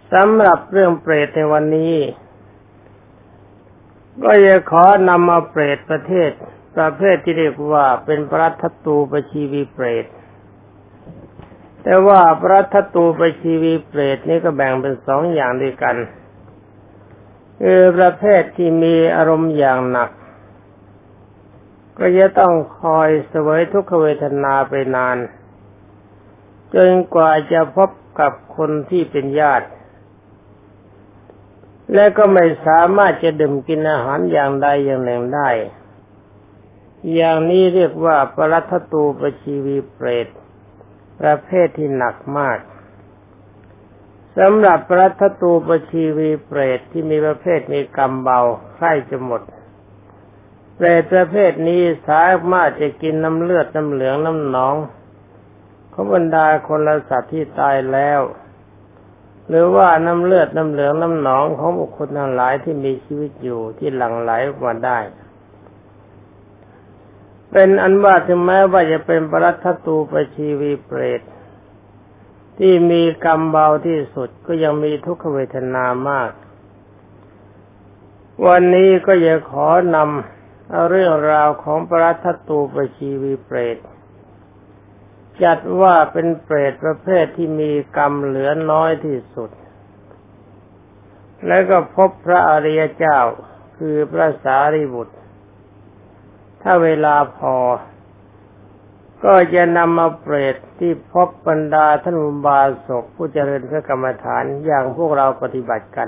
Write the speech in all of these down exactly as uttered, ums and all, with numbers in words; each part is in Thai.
สำหรับเรื่องเปรตในวันนี้ก็จะขอนำเอาเปรตประเทศประเภทที่เรียกว่าเป็นปรัตถตูปชีวีเปรตแต่ว่าปรัตถตูปชีวีเปรตนี้ก็แบ่งเป็นสองอย่างด้วยกันคือประเภทที่มีอารมณ์อย่างหนักก็จะต้องคอยเสวยทุกขเวทนาไปนานจนกว่าจะพบกับคนที่เป็นญาติและก็ไม่สามารถจะดื่มกินอาหารอย่างใดอย่างหนึ่งได้อย่างนี้เรียกว่าปรัตถตูปชีวีเปรตประเภทที่หนักมากสำหรับปรัตถตูปชีวีเปรตที่มีประเภทมีกรรมเบาใกล้จะหมดเปรตประเภทนี้สามารถจะกินน้ำเลือดน้ำเหลืองน้ำหนองของบรรดาคนและสัตว์ที่ตายแล้วหรือว่าน้ำเลือดน้ำเหลืองน้ำหนองของบุคคลทั้งหลายที่มีชีวิตอยู่ที่หลั่งไหลออกมาได้เป็นอันว่าถึงแม้ว่าจะเป็นปรัตถตูปชีวีเปรตที่มีกรรมเบาที่สุดก็ยังมีทุกขเวทนามากวันนี้ก็จะขอนำเอาเรื่องราวของปรัตถตูปชีวีเปรตจัดว่าเป็นเปรตประเภทที่มีกรรมเหลือน้อยที่สุดแล้วก็พบพระอริยเจ้าคือพระสารีบุตรถ้าเวลาพอก็จะนำมาเปรตที่พบบรรดาท่านอุบาสกผู้เจริญพระกรรมฐานอย่างพวกเราปฏิบัติกัน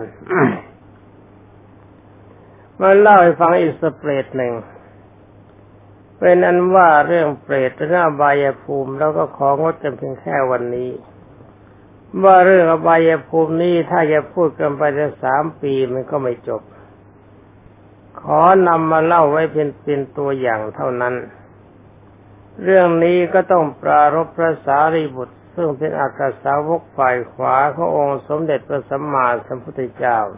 มาเล่าให้ฟังอีกสักเปรตหนึ่งเป็นอันว่าเรื่องเปรตเรื่องอบายภูมิแล้วก็ของดกันเพียงแค่วันนี้ว่าเรื่องอบายภูมินี้ถ้าจะพูดกันไปจะสามปีมันก็ไม่จบขอนำมาเล่าไว้เป็นเป็นตัวอย่างเท่านั้นเรื่องนี้ก็ต้องปรารภพระสารีบุตรซึ่งเป็นอัครสาวกฝ่ายขวาขององค์สมเด็จพระสัมมาสัมพุทธเจ้า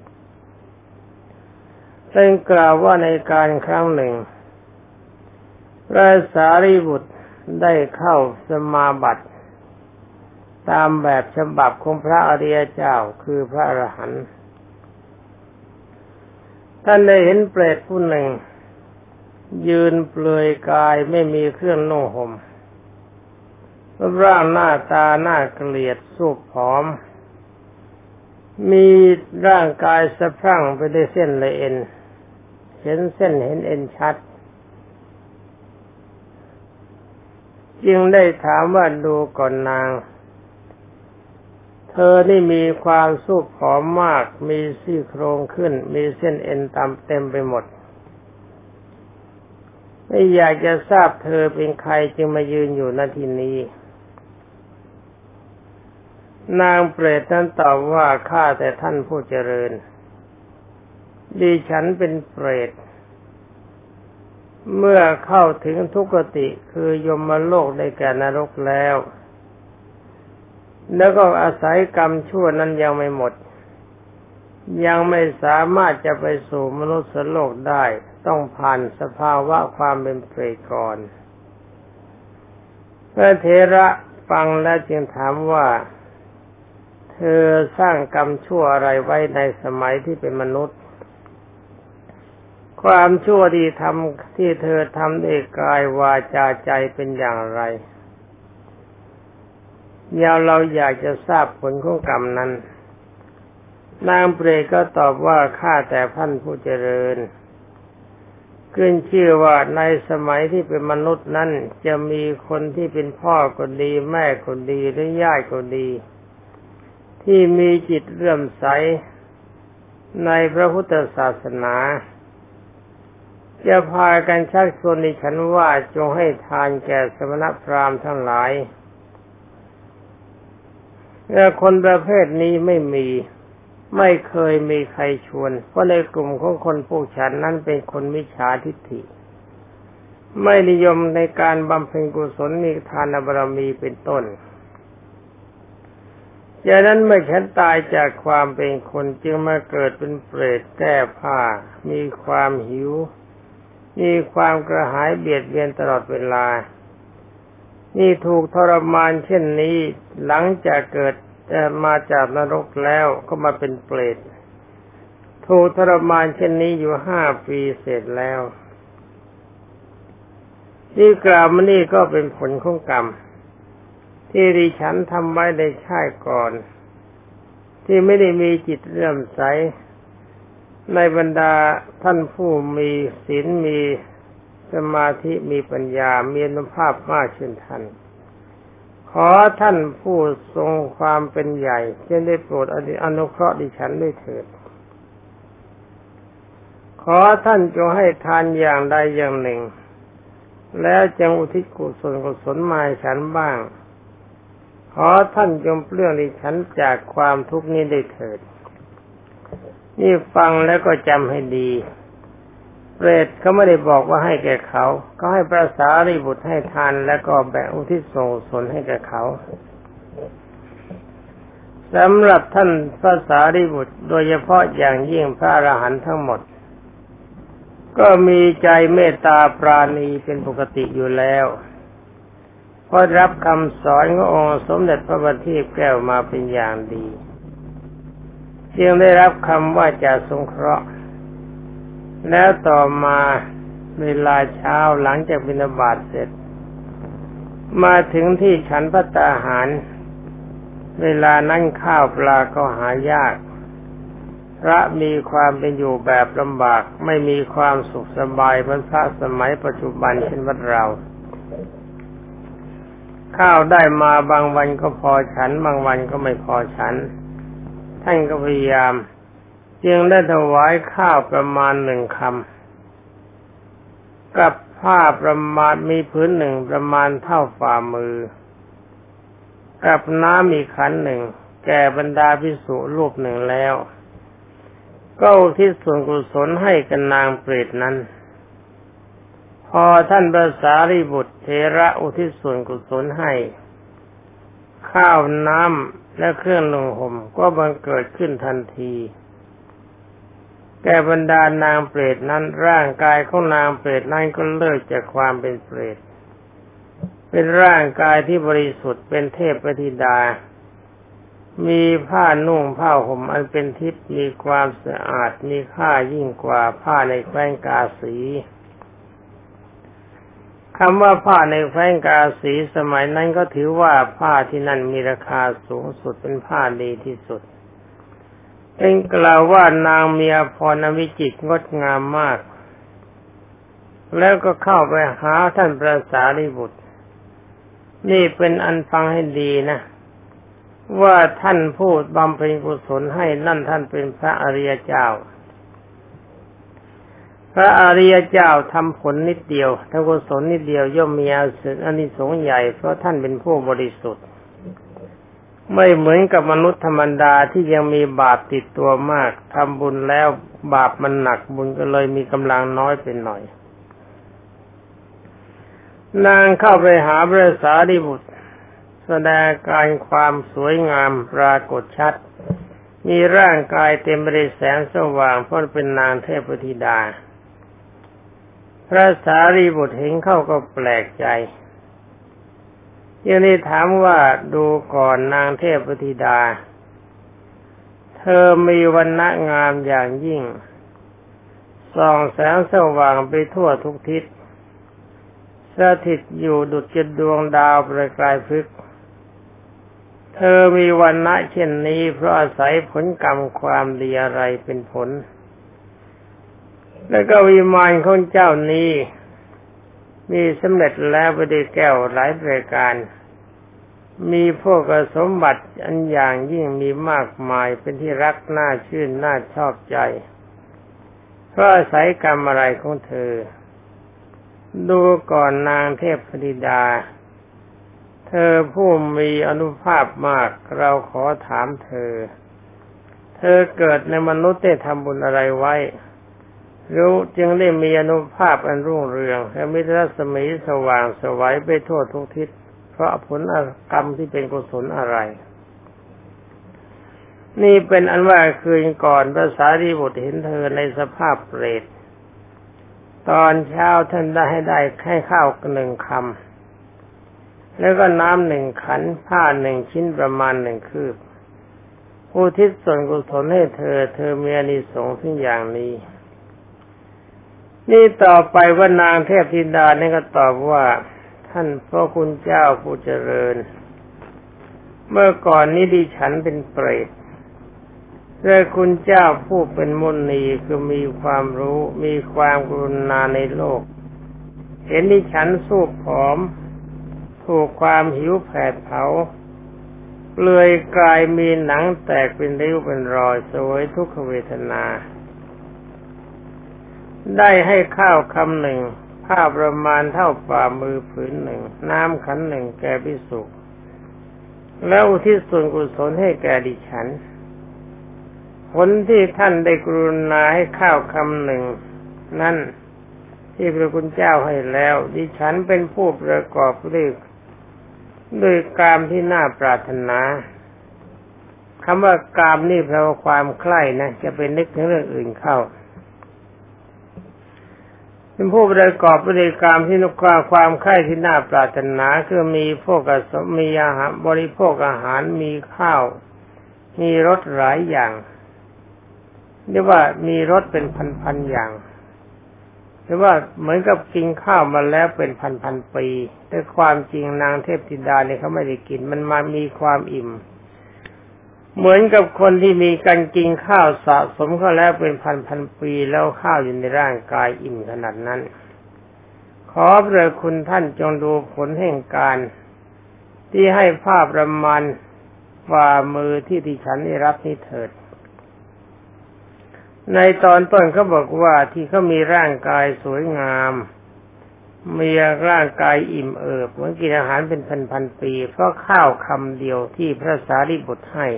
ซึ่งกล่าวว่าในการครั้งหนึ่งพระสารีบุตรได้เข้าสมาบัติตามแบบฉบับของพระอริยเจ้าคือพระอรหันต์ท่านได้เห็นเปรตผู้หนึ่งยืนเปลือยกายไม่มีเครื่องนุ่งห่มรูปร่างหน้าตาน่าเกลียดสูบผอมมีร่างกายสะพรั่งไปด้วยเส้นและเอ็นเห็นเส้นเห็นเอ็นชัดจึงได้ถามว่าดูก่อนนางเธอนี่มีความสูบผอมมากมีซี่โครงขึ้นมีเส้นเอ็นตามเต็มไปหมดไม่อยากจะทราบเธอเป็นใครจึงมายืนอยู่ณที่นี้นางเปรตนั้นตอบว่าข้าแต่ท่านผู้เจริญดิฉันเป็นเปรตเมื่อเข้าถึงทุกขติคือยมโลกได้แก่นรกแล้วแล้วก็อาศัยกรรมชั่วนั้นยังไม่หมดยังไม่สามารถจะไปสู่มนุษย์โลกได้ต้องผ่านสภาวะความเป็นเปรตก่อนพระเถระฟังแล้วจึงถามว่าเธอสร้างกรรมชั่วอะไรไว้ในสมัยที่เป็นมนุษย์ความชั่วที่ทำที่เธอทำด้วยกายวาจาใจเป็นอย่างไรยาวเราอยากจะทราบผลของกรรมนั้นนางเปรตก็ตอบว่าข้าแต่ท่านผู้เจริญขึ้นชื่อว่าในสมัยที่เป็นมนุษย์นั้นจะมีคนที่เป็นพ่อก็ดีแม่ก็ดีหรือญาติก็ดีที่มีจิตเลื่อมใสในพระพุทธศาสนาจะพากันชักชวนดิฉันว่าจงให้ทานแก่สมณพราหมณ์ทั้งหลายแต่คนประเภทนี้ไม่มีไม่เคยมีใครชวนเพราะในกลุ่มของคนพวกฉันนั้นเป็นคนมิจฉาทิฏฐิไม่นิยมในการบำเพ็ญกุศลมีทานบารมีเป็นต้นฉะนั้นเมื่อฉันตายจากความเป็นคนจึงมาเกิดเป็นเปรตแก้ผ้ามีความหิวมีความกระหายเบียดเบียนตลอดเวลานี่ถูกทรมานเช่นนี้หลังจากเกิดแต่มาจากนรกแล้วก็มาเป็นเปรตถูกทรมานเช่นนี้อยู่ห้าปีเสร็จแล้วที่กล่าวมานี่ก็เป็นผลของกรรมที่ดิฉันทำไว้ในชาติก่อนที่ไม่ได้มีจิตเลื่อมใสในบรรดาท่านผู้มีศีลมีสมาธิมีปัญญามีอนุภาพมากเช่นท่านขอท่านผู้ทรงความเป็นใหญ่จะได้โปรดอนุเคราะห์ดิฉันด้วยเถิดขอท่านจงให้ทานอย่างใดอย่างหนึ่งแล้วจงอุทิศกุศลกุศลมาให้ฉันบ้างขอท่านจงเปลื้องดิฉันจากความทุกข์นี้ได้เถิดนี่ฟังแล้วก็จำให้ดีเปรตเขาไม่ได้บอกว่าให้แก่เขาก็ให้พระสารีบุตรให้ทานแล้วก็แบ่งอุทิศส่วนกุศลให้แก่เขาสำหรับท่านพระสารีบุตรโดยเฉพาะอย่างยิ่งพระอรหันต์ทั้งหมดก็มีใจเมตตาปราณีเป็นปกติอยู่แล้วเพราะรับคำสอนขององค์สมเด็จพระบัณฑิตแก้วมาเป็นอย่างดีจึงได้รับคำว่าจะสงเคราะห์แล้วต่อมาเวลาเช้าหลังจากบิณฑบาตเสร็จมาถึงที่ฉันภัตตาหารเวลานั้นข้าวปลาก็หายากพระมีความเป็นอยู่แบบลำบากไม่มีความสุขสบายเหมือนพระสมัยปัจจุบันเช่นวัดเราข้าวได้มาบางวันก็พอฉันบางวันก็ไม่พอฉันท่านก็พยายามจึงได้ถวายข้าวประมาณหนึ่งคำกับผ้าประมาณมีผืนหนึ่งประมาณเท่าฝ่ามือกับน้ำอีกขันหนึ่งแก่บรรดาภิกษุรูปหนึ่งแล้วก็อุทิศส่วนกุศลให้กับนางเปรตนั้นพอท่านพระสารีบุตรเถระอุทิศส่วนกุศลให้ข้าวน้ำและเครื่องนุ่งห่มก็บังเกิดขึ้นทันทีแก่บรรดานางเปรตนั้นร่างกายของนางเปรตนั้นก็เลิกจากความเป็นเปรตเป็นร่างกายที่บริสุทธิ์เป็นเทพธิดามีผ้านุ่งผ้าห่มอันเป็นทิพย์มีความสะอาดมีค่ายิ่งกว่าผ้าในแคว้นกาสีคำว่าผ้าในแคว้นกาสีสมัยนั้นก็ถือว่าผ้าที่นั่นมีราคาสูงสุดเป็นผ้าดีที่สุดเป็นกล่าวว่านางมีอภรณ์วิจิตรงดงามมากแล้วก็เข้าไปหาท่านพระสารีบุตรนี่เป็นอันฟังให้ดีนะว่าท่านพูดบำเพ็ญกุศลให้นั่นท่านเป็นพระอริยเจ้าพระอริยเจ้าทำผลนิดเดียวทำกุศลนิดเดียวย่อมมีอานิสงส์ใหญ่เพราะท่านเป็นผู้บริสุทธิ์ไม่เหมือนกับมนุษย์ธรรมดาที่ยังมีบาปติดตัวมากทำบุญแล้วบาปมันหนักบุญก็เลยมีกำลังน้อยไปหน่อยนางเข้าไปหาพระสารีบุตรแสดงการความสวยงามปรากฏชัดมีร่างกายเต็มไปด้วยแสงสว่างเพราะเป็นนางเทพธิดาพระสารีบุตรเห็นเข้าก็แปลกใจยังได้ถามว่าดูก่อนนางเทพธิดาเธอมีวรรณะงามอย่างยิ่งส่องแสงสว่างไปทั่วทุกทิศสถิตอยู่ดุจดวงดาวประกายพฤกษ์เธอมีวรรณะเช่นนี้เพราะอาศัยผลกรรมความดีอะไรเป็นผลแล้วก็วิมานของเจ้านี้มีสำเร็จแล้วไปด้วยแก้วหลายประการมีพวกสมบัติอันอย่างยิ่งมีมากมายเป็นที่รักน่าชื่นน่าชอบใจเพราะอาศัยกรรมอะไรของเธอดูก่อนนางเทพธิดาเธอผู้มีอานุภาพมากเราขอถามเธอเธอเกิดในมนุษย์ได้ทำบุญอะไรไว้รู้จึงได้มีอานุภาพอันรุ่งเรืองและมีรัศมีสว่างไสวไปทั่วทุกทิศเพราะผลกรรมที่เป็นกุศลอะไรนี่เป็นอันว่าคืนก่อนพระสารีบุตรเห็นเธอในสภาพเปรตตอนเช้าท่านได้ให้ได้แค่ข้าวหนึ่งคำแล้วก็น้ำหนึ่งขันผ้าหนึ่งชิ้นประมาณหนึ่งคืบอุทิศส่วนกุศลให้เธอเธอมีอานิสงส์ถึงอย่างนี้นี่ต่อไปว่านางเทพธิดานี่ก็ตอบว่าท่านพระคุณเจ้าผู้เจริญเมื่อก่อนนี้ดิฉันเป็นเปรตแต่คุณเจ้าผู้เป็นมุนีคือมีความรู้มีความกรุณาในโลกเห็นดิฉันสู้ผอมถูกความหิวแผดเผาเปลือยกายมีหนังแตกเป็นริ้วเป็นรอยสวยทุกขเวทนาได้ให้ข้าวคำหนึ่งผ้าประมาณเท่าฝ่ามือผืนหนึ่งน้ำขันหนึ่งแก่ภิกษุแล้วอุทิศส่วนกุศลให้แก่ดิฉันผลที่ท่านได้กรุณาให้ข้าวคำหนึ่งนั่นที่พระคุณเจ้าให้แล้วดิฉันเป็นผู้ประกอบด้วยด้วยกามที่น่าปรารถนาคำว่ากามนี่แปลว่าความใคร่นะจะเป็นนึกถึงเรื่องอื่นเข้าเป็นผู้ประกอบด้วยกามที่นึกความความใคร่ที่น่าปรารถนาคือมีพวกกสมมีอาหารบริโภคอาหารมีข้าวมีรสหลายอย่างเรียกว่ามีรสเป็นพันๆอย่างหรือว่าเหมือนกับกินข้าวมาแล้วเป็นพันๆปีแต่ความจริงนางเทพธิดาเนี่ยเขาไม่ได้กินมันมามีความอิ่มเหมือนกับคนที่มีการกินข้าวสะสมเข้าแล้วเป็นพันๆปีแล้วข้าวอยู่ในร่างกายอิ่มขนาดนั้นขอพระคุณท่านจงดูผลแห่งการที่ให้ภาพประมาณฝ่ามือที่ดิฉันได้รับนี้เถิดในตอนต้นเขาบอกว่าที่เขามีร่างกายสวยงามมีร่างกายอิ่มเอิบเหมือนกินอาหารเป็นพันๆปีเพราะข้าวคำเดียวที่พระสารีบุตรให้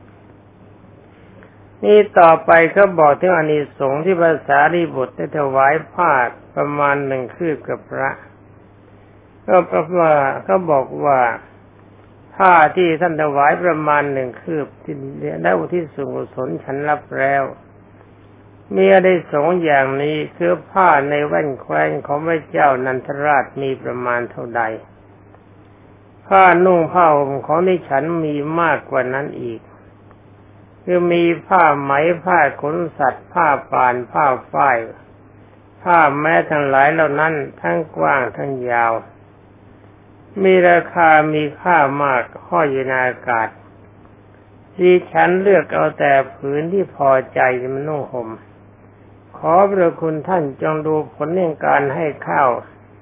นี่ต่อไปเขาบอกถึงอานิสงส์ที่พระสารีบุตรได้ถวายผ้าประมาณหนึ่งคืบกับพระก็เพราะว่าเขาบอกว่าผ้าที่ท่านถวายประมาณหนึ่งคืบที่ได้อุทิศส่วนกุศลฉันรับแล้วมีได้สองอย่างนี้คือผ้าในแว่นแคว้นของพระเจ้านันทราชมีประมาณเท่าใดผ้านุ่งผ้าห่มของดิฉันมีมากกว่านั้นอีกคือมีผ้าไหมผ้าขนสัตว์ผ้าป่านผ้าฝ้ายผ้าแม้ทั้งหลายเหล่านั้นทั้งกว้างทั้งยาวมีราคามีค่ามากห้อยอยู่ในอากาศดิฉันเลือกเอาแต่ผืนที่พอใจมันนุ่งห่มขอพระคุณท่านจงดูผลแห่งการให้ข้าว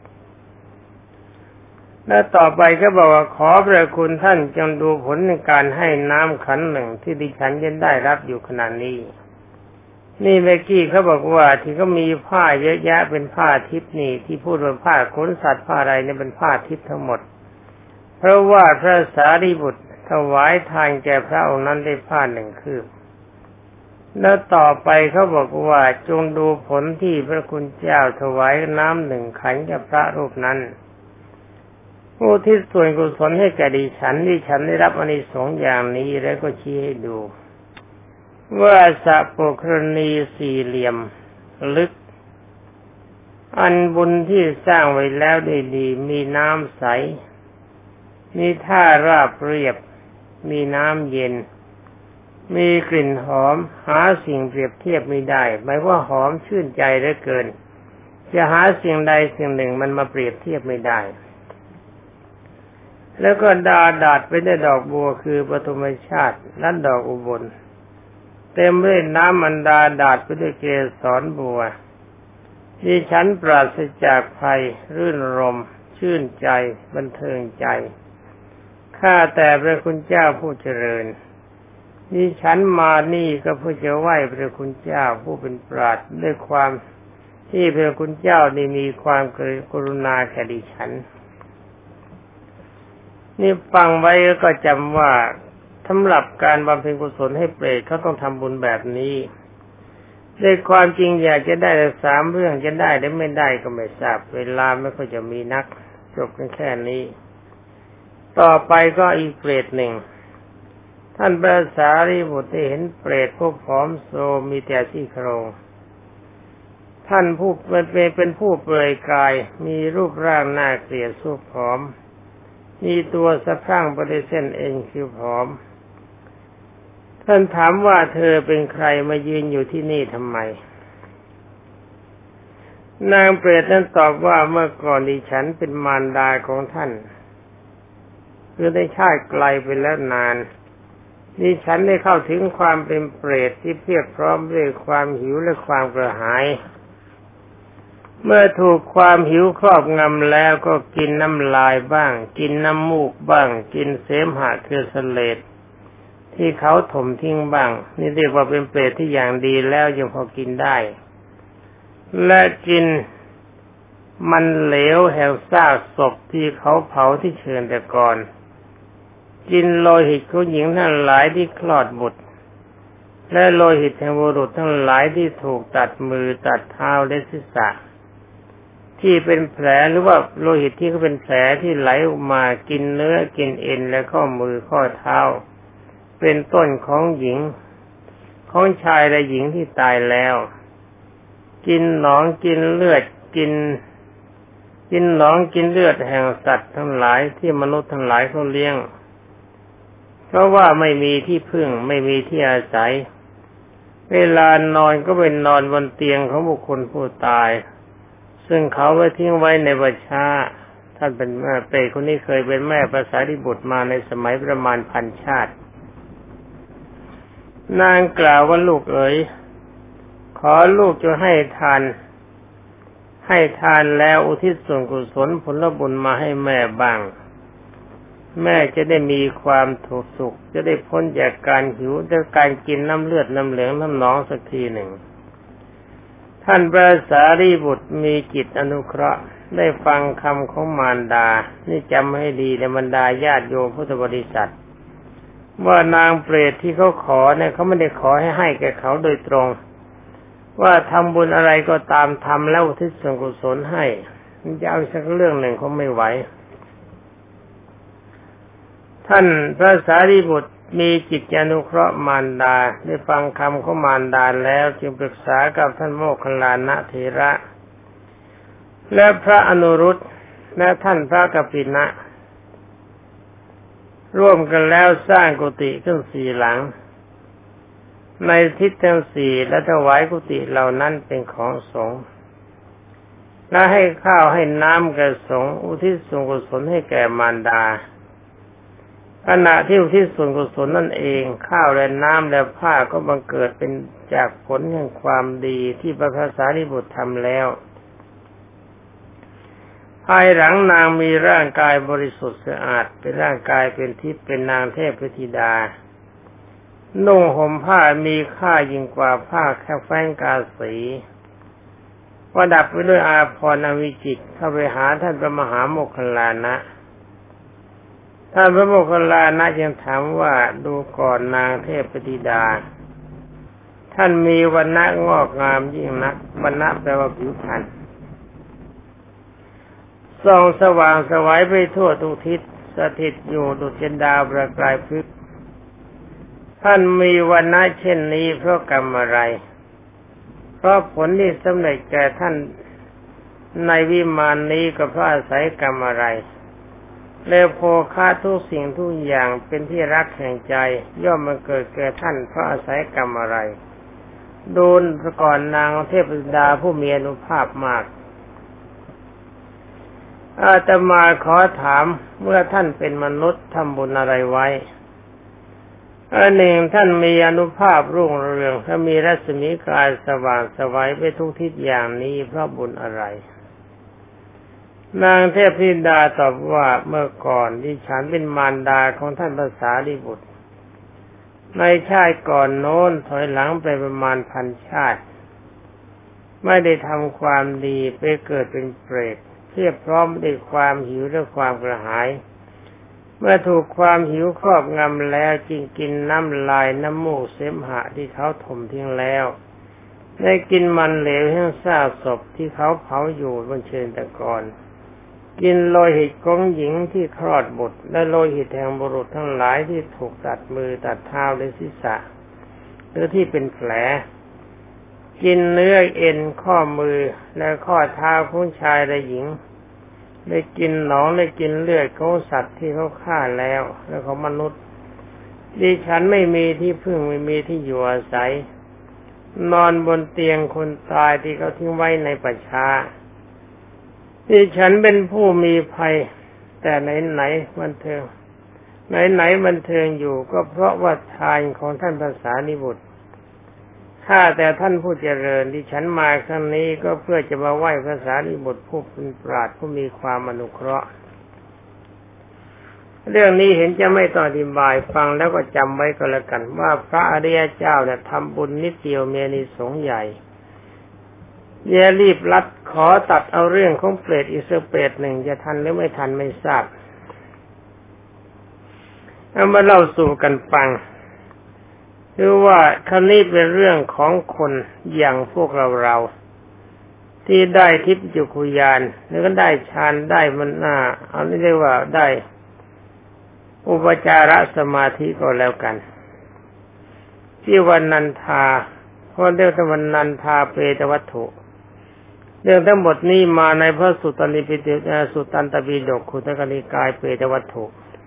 และต่อไปก็บอกว่าขอพระคุณท่านจงดูผลในการให้น้ำขันหนึ่งที่ดิฉันยังได้รับอยู่ขณะนี้นี่เมื่อกี้เขาบอกว่าที่เขามีผ้าเยอะแยะเป็นผ้าทิพย์นี่ที่พูดว่าผ้าขนสัตว์ผ้าอะไรเนี่ยเป็นผ้าทิพย์ทั้งหมดเพราะว่าพระสารีบุตรถวายทานแก่พระองค์นั้นได้ผ้าหนึ่งคืบแล้วต่อไปเขาบอกว่าจงดูผลที่พระคุณเจ้าถวายน้ำหนึ่งขันแก่พระรูปนั้นผู้ที่ส่วนกุศลให้แก่ดิฉันดิฉันได้รับอานิสงส์อย่างนี้แล้วก็ชี้ให้ดูว่าสระโปกรณีสี่เหลี่ยมลึกอันบุญที่สร้างไว้แล้วได้ดีมีน้ำใสมีท่าราบเรียบมีน้ำเย็นมีกลิ่นหอมหาสิ่งเปรียบเทียบไม่ได้หมายว่าหอมชื่นใจเหลือเกินจะหาสิ่งใดสิ่งหนึ่งมันมาเปรียบเทียบไม่ได้แล้วก็ดาดาดไปด้วยดอกบัวคือปฐมชาติและดอกอุบลเต็มด้วยน้ำมันดาดาดไปด้วยเกสรบัวดิฉันปราศจากภัยรื่นรมชื่นใจบันเทิงใจข้าแต่พระคุณเจ้าผู้เจริญดิฉันมานี่ก็เพื่อจะไหว้พระคุณเจ้าผู้เป็นปราชญ์ด้วยความที่พระคุณเจ้าได้มีความกรุณาแก่ดิฉันนี่ฟังไว้ก็จำว่าสำหรับการบำเพ็ญกุศลให้เปรตเขาต้องทำบุญแบบนี้ด้วยความจริงอยากจะได้สามเรื่องจะได้หรือไม่ได้ก็ไม่ทราบเวลาไม่ค่อยจะมีนักจบกันแค่นี้ต่อไปก็อีกเปรตหนึ่งท่านพระสารีบุตรได้เห็นเปรตผู้ผอมโซมีแต่ซี่โครงท่านผู้เป็นผู้เปลือยกายมีรูปร่างน่าเกลียดสู้ผอมมีตัวสะพรั่งไปด้วยเส้นเอ็นคือผอมท่านถามว่าเธอเป็นใครมายืนอยู่ที่นี่ทำไมนางเปรตนั้นตอบว่าเมื่อก่อนดิฉันเป็นมารดาของท่านคือได้ชาติไกลไปแล้วนานดิฉันได้เข้าถึงความเป็นเปรตที่เพียบพร้อมด้วยความหิวและความกระหายเมื่อถูกความหิวครอบงำแล้วก็กินน้ำลายบ้างกินน้ำมูกบ้างกินเสมหะคือเสลดที่เขาถมทิ้งบ้างนี่เรียกว่าเป็นเปรตที่อย่างดีแล้วยังพอกินได้และกินมันเหลวแห่งซากศพที่เขาเผาที่เชิญแต่ก่อนกินโลหิตของหญิงทั้งหลายที่คลอดบุตรและโลหิตแห่งบุรุษทั้งหลายที่ถูกตัดมือตัดเท้าและศีรษะที่เป็นแผลหรือว่าโลหิตที่เขาเป็นแผลที่ไหลออกมากินเนื้อกินเอ็นและข้อมือข้อเท้าเป็นต้นของหญิงของชายและหญิงที่ตายแล้วกินหนองกินเลือดกินกินหนองกินเลือดแห่งสัตว์ทั้งหลายที่มนุษย์ทั้งหลายเขาเลี้ยงเพราะว่าไม่มีที่พึ่งไม่มีที่อาศัยเวลานอนก็เป็นนอนบนเตียงของบุคคลผู้ตายซึ่งเขาไว้ทิ้งไว้ในป่าช้าท่านเป็นแม่เปรตคนนี้เคยเป็นแม่พระสารีบุตรมาในสมัยประมาณพันชาตินางกล่าวว่าลูกเอ๋ยขอลูกจะให้ทานให้ทานแล้วอุทิศส่วนกุศลผลบุญมาให้แม่บ้างแม่จะได้มีความถูกสุขจะได้พ้นจากการหิวจากการกินน้ำเลือดน้ำเหลืองน้ำหนองสักทีหนึ่งท่านพระสารีบุตรมีจิตอนุเคราะห์ได้ฟังคำของมารดานี่จำให้ดีในบรรดาญาติโยมพุทธบริษัทว่านางเปรตที่เขาขอเนี่ยเขาไม่ได้ขอให้ให้แก่เขาโดยตรงว่าทำบุญอะไรก็ตามทำแล้วอุทิศส่วนกุศลให้มันจะเอาสักเรื่องหนึ่งเขาไม่ไหวท่านพระสารีบุตรมีจิตอนุเคราะห์มารดาได้ฟังคำของมารดาแล้วจึงปรึกษากับท่านโมคคัลลานะเถระและพระอนุรุตและท่านพระกัปปินะร่วมกันแล้วสร้างกุฏิขึ้นสี่หลังในทิศทั้งสี่และถวายกุฏิเหล่านั้นเป็นของสงฆ์และให้ข้าวให้น้ำแก่สงฆ์อุทิศส่วนกุศลให้แก่มารดาขณะที่อุทิศส่วนกุศลนั่นเองข้าวและน้ำและผ้าก็บังเกิดเป็นจากผลแห่งความดีที่พระสารีบุตรทำแล้วภายหลังนางมีร่างกายบริสุทธิ์สะอาดเป็นร่างกายเป็นทิพย์เป็นนางเทพธิดานุ่งห่มผ้ามีค่ายิ่งกว่าผ้าแค่แฟ้งกาสีประดับไปด้วยอาภรณ์อันวิจิตรเข้าไปหาท่านพระมหาโมคคัลลานะท่านพระโมคคัลลานะจึงถามว่าดูก่อนนางเทพธิดาท่านมีวรรณะงอกงามยิ่งนักวรรณะแปลว่าผิวพรรณส่องสว่างไสวไปทั่วทุกทิศสถิตอยู่ดุจดาวประกายพฤกษ์ท่านมีวรรณะเช่นนี้เพราะกรรมอะไรเพราะผลที่สำเร็จแก่ท่านในวิมานนี้ก็เพราะอาศัยกรรมอะไรแล้วโภคะทุกสิ่งทุกอย่างเป็นที่รักแห่งใจย่อมมาเกิดแก่ท่านเพราะอาศัยกรรมอะไรดูนก่อนนางเทพธิดาผู้มีอานุภาพมากอาตมาขอถามเมื่อท่านเป็นมนุษย์ทำบุญอะไรไว้อันหนึ่งท่านมีอานุภาพรุ่งเรืองถ้ามีรัศมีกายสว่างไสวไปทุกทิศอย่างนี้เพราะบุญอะไรนางเทพธิดาตอบว่าเมื่อก่อนที่ฉันเป็นมารดาของท่านพระสารีบุตรในชาติก่อนโน้นถอยหลังไปประมาณพันชาติไม่ได้ทำความดีไปเกิดเป็นเปรตเพียบพร้อมด้วยความหิวและความกระหายเมื่อถูกความหิวครอบงำแล้วจึงกินน้ำลายน้ำมูกเสมหะที่เขาถมทิ้งแล้วได้กินมันเหลวแห้งซากศพที่เขาเผาอยู่บนเชิงตะกอนกินโลหิตของหญิงที่คลอดบุตรและโลหิตแห่งบุรุษทั้งหลายที่ถูกตัดมือตัดเท้าและศีรษะหรือที่เป็นแผลกินเนื้อเอ็นข้อมือและข้อเท้าของชายและหญิงได้กินหนองได้กินเลือดของสัตว์ที่เขาฆ่าแล้วและของมนุษย์ดิฉันไม่มีที่พึ่งไม่มีที่อยู่อาศัยนอนบนเตียงคนตายที่เขาทิ้งไว้ในป่าช้าดิฉันเป็นผู้มีภัยแต่ไหนไหนบันเทิงไหนไหนบันเทิงอยู่ก็เพราะว่าทานของท่านพระสารีบุตรข้าแต่ท่านผู้เจริญดิฉันมาครั้งนี้ก็เพื่อจะมาไหว้พระสารีบุตรผู้เป็นปราชญ์ผู้มีความอนุเคราะห์เรื่องนี้เห็นจะไม่ต้องอธิบายฟังแล้วก็จำไว้ก็แล้วกันว่าพระอริยเจ้าเนี่ยทำบุญนิดเดียวมีอานิสงส์ใหญ่อย่ารีบรัดขอตัดเอาเรื่องของเปรตอีกสักเปรตหนึ่งจะทันหรือไม่ทันไม่ทราบเอามาเล่าสู่กันฟังคือว่าคำนี้เป็นเรื่องของคนอย่างพวกเราเราที่ได้ทิพย์จักขุญาณหรือก็ได้ฌานได้มันน่าเอาเรียกว่าได้อุปจารสมาธิก็แล้วกันที่วันนันทาเพราะเรื่องวันนันทาเปตวัตถุเรื่องทั้งหมดนี้มาในพระสุตตันติปิฎกสุตตันตปิฎกขุททกนิกายเปตวัตถุ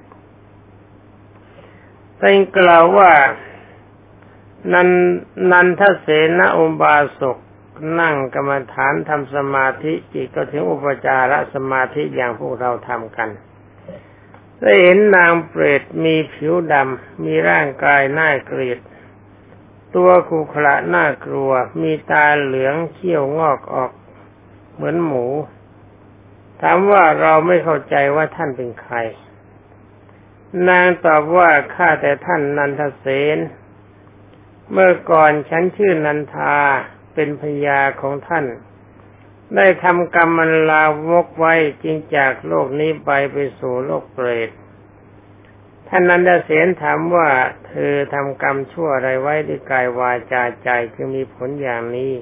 ท่านกล่าวว่านันนันทเสนอุบาสกนั่งกรรมฐานทำสมาธิจิตก็ถึงอุปจารสมาธิอย่างพวกเราทำกันได้เห็นนางเปรตมีผิวดำมีร่างกายน่าเกลียดตัวขรุขระน่ากลัวมีตาเหลืองเขี้ยวงอกออกเหมือนหมูถามว่าเราไม่เข้าใจว่าท่านเป็นใครนางตอบว่าข้าแต่ท่านนันทเสนเมื่อก่อนฉันชื่อนันทาเป็นภรรยาของท่านได้ทำกรรมมันลามกไว้จึงจากโลกนี้ไปไปสู่โลกเปรตท่านนันทเสนถามว่าเธอทำกรรมชั่วอะไรไว้ด้วยกายวาจาใจจึงมีผลอย่างนี้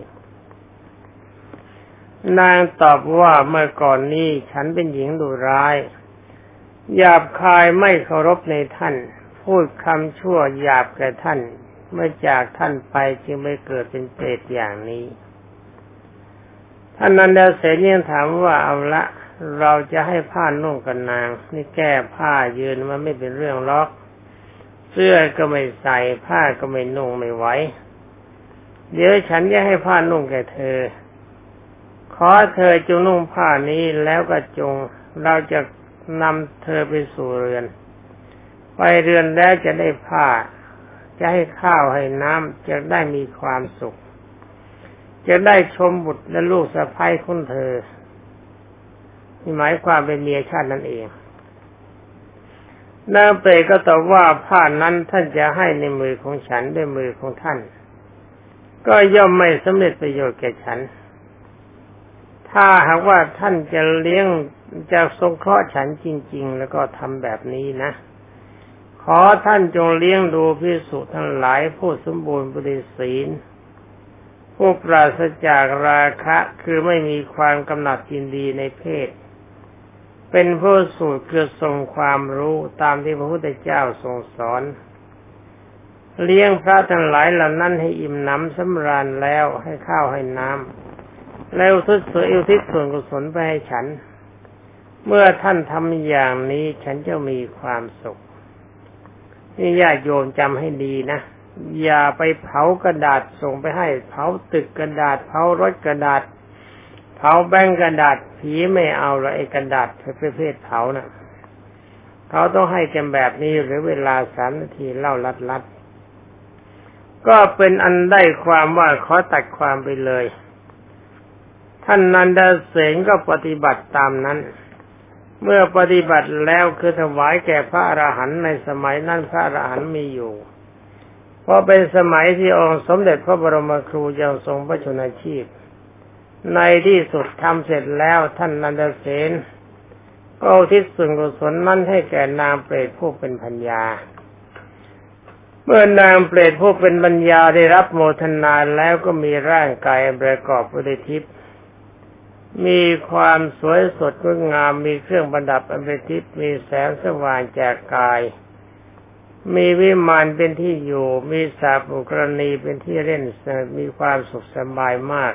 นางตอบว่าเมื่อก่อนนี้ฉันเป็นหญิงดุร้ายหยาบคายไม่เคารพในท่านพูดคำชั่วหยาบแก่ท่านเมื่อจากท่านไปจึงไม่เกิดเป็นเปรตอย่างนี้ท่านนันทเสนยังถามว่าเอาละเราจะให้ผ้านุ่งกันนางนี่แก้ผ้ายืนมันไม่เป็นเรื่องล็อกเสื้อก็ไม่ใส่ผ้าก็ไม่นุ่งไม่ไหวเดี๋ยวฉันจะให้ผ้านุ่งแก่เธอขอเธอจงนุ่งผ้านี้แล้วก็จงเราจะนำเธอไปสู่เรือนไปเรือนแล้วจะได้ผ้าจะให้ข้าวให้น้ำจะได้มีความสุขจะได้ชมบุตรและลูกสะใภ้ของเธอนี่หมายความเป็นเมียชาตินั่นเองนางเปรตก็ตอบว่าผ้านั้นท่านจะให้ในมือของฉันด้วยมือของท่านก็ย่อมไม่สำเร็จประโยชน์แก่ฉันถ้าหากว่าท่านจะเลี้ยงจะสงเคราะห์ฉันจริงๆแล้วก็ทำแบบนี้นะขอท่านจงเลี้ยงดูภิกษุทั้งหลายผู้สมบูรณ์บริศีลผู้ปราศจากราคะคือไม่มีความกำหนัดยินดีในเพศเป็นผู้สูตรคือทรงความรู้ตามที่พระพุทธเจ้าทรงสอนเลี้ยงพระทั้งหลายเหล่านั้นให้อิ่มหนำสำราญแล้วให้ข้าวให้น้ำแล้วทุกส่วนอุทิศส่วนกุศลไปให้ฉันเมื่อท่านทำอย่างนี้ฉันจะมีความสุขนี่ญาติโยมจำให้ดีนะอย่าไปเผากระดาษส่งไปให้เผาตึกกระดาษเผารถกระดาษเผาแบงกระดาษผีไม่เอาละไอ้กระดาษประเภทเผาน่ะเขาต้องให้กันแบบนี้หรือเวลาสามนาทีเล่าลัดๆก็เป็นอันได้ความว่าขอตัดความไปเลยท่านนันทเสนก็ปฏิบัติตามนั้นเมื่อปฏิบัติแล้วคือถวายแก่พระอรหันต์ในสมัยนั้นพระอรหันต์มีอยู่เพราะเป็นสมัยที่องค์สมเด็จพระบรมครูยังทรงพระชนชีพในที่สุดทำเสร็จแล้วท่านนันทเสนก็อุทิศส่วนกุศลนั้นให้แก่นางเปรตผู้เป็นภรรยาเมื่อนางเปรตผู้เป็นภรรยาได้รับโมทนาแล้วก็มีร่างกายประกอบด้วยทิพย์มีความสวยสดงดงามมีเครื่องประดับอันเป็นทิพย์มีแสงสว่างจากกายมีวิมานเป็นที่อยู่มีสาปุกรณีเป็นที่เล่นมีความสุขสบายมาก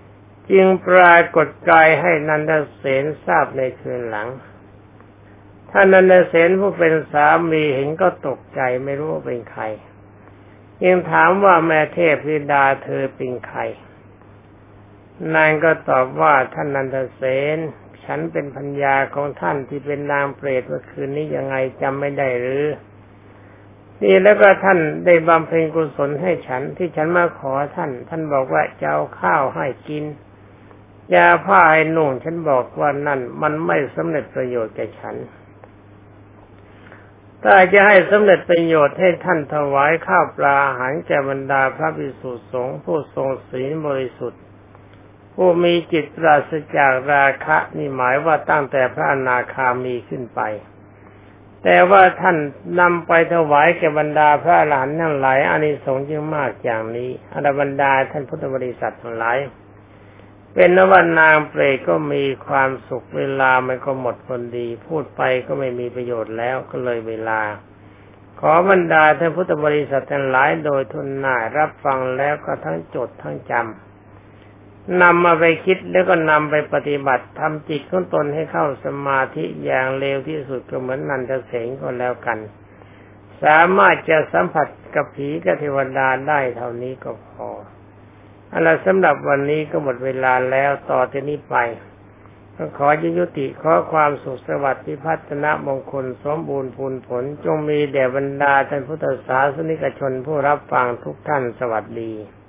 จึงปรากฏกายให้นันทเสนทราบในคืนหลังท่านนันทเสนผู้เป็นสามีเห็นก็ตกใจไม่รู้ว่าเป็นใครยังถามว่าแม่เทพธิดาเธอเป็นใครนางก็ตอบว่าท่านนันทเสนฉันเป็นภรรยาของท่านที่เป็นนางเปรตเมื่อคืนนี้ยังไงจำไม่ได้หรือนี่แล้วก็ท่านได้บำเพ็ญกุศลให้ฉันที่ฉันมาขอท่านท่านบอกว่าจะเอาข้าวให้กินยาผ้าให้นุ่งฉันบอกว่านั่นมันไม่สำเร็จประโยชน์แก่ฉันถ้าจะให้สำเร็จประโยชน์ให้ท่านถวายข้าวปลาอาหารแก่บรรดาพระภิกษุสงฆ์ผู้ทรงศีลบริสุทธิ์ผู้มีจิตปราศจากราคะนี่หมายว่าตั้งแต่พระอนาคามีขึ้นไปแต่ว่าท่านนำไปถวายแก่บรรดาพระอรหันต์ทั้งหลายอานิสงส์จึงมากอย่างนี้อรบรรดาท่านพุทธบริษัททั้งหลายเป็นนว่านางเปรตก็มีความสุขเวลามันก็หมดคนดีพูดไปก็ไม่มีประโยชน์แล้วก็เลยเวลาขอบรรดาท่านพุทธบริษัททั้งหลายโดยทุนหน่ายรับฟังแล้วก็ทั้งจดทั้งจำนำมาไปคิดแล้วก็นำไปปฏิบัติทำจิตของตนให้เข้าสมาธิอย่างเร็วที่สุดก็เหมือนนันทเสนก็แล้วกันสามารถจะสัมผัสกับผีกับเทวดาได้เท่านี้ก็พอเอาล่ะสำหรับวันนี้ก็หมดเวลาแล้วต่อจากนี้ไปก็ขอยุติขอความสุขสวัสดิ์พิพัฒนมงคลสมบูรณ์ผลผลจงมีแด่บรรดาท่านพุทธศาสนิกชนผู้รับฟังทุกท่านสวัสดี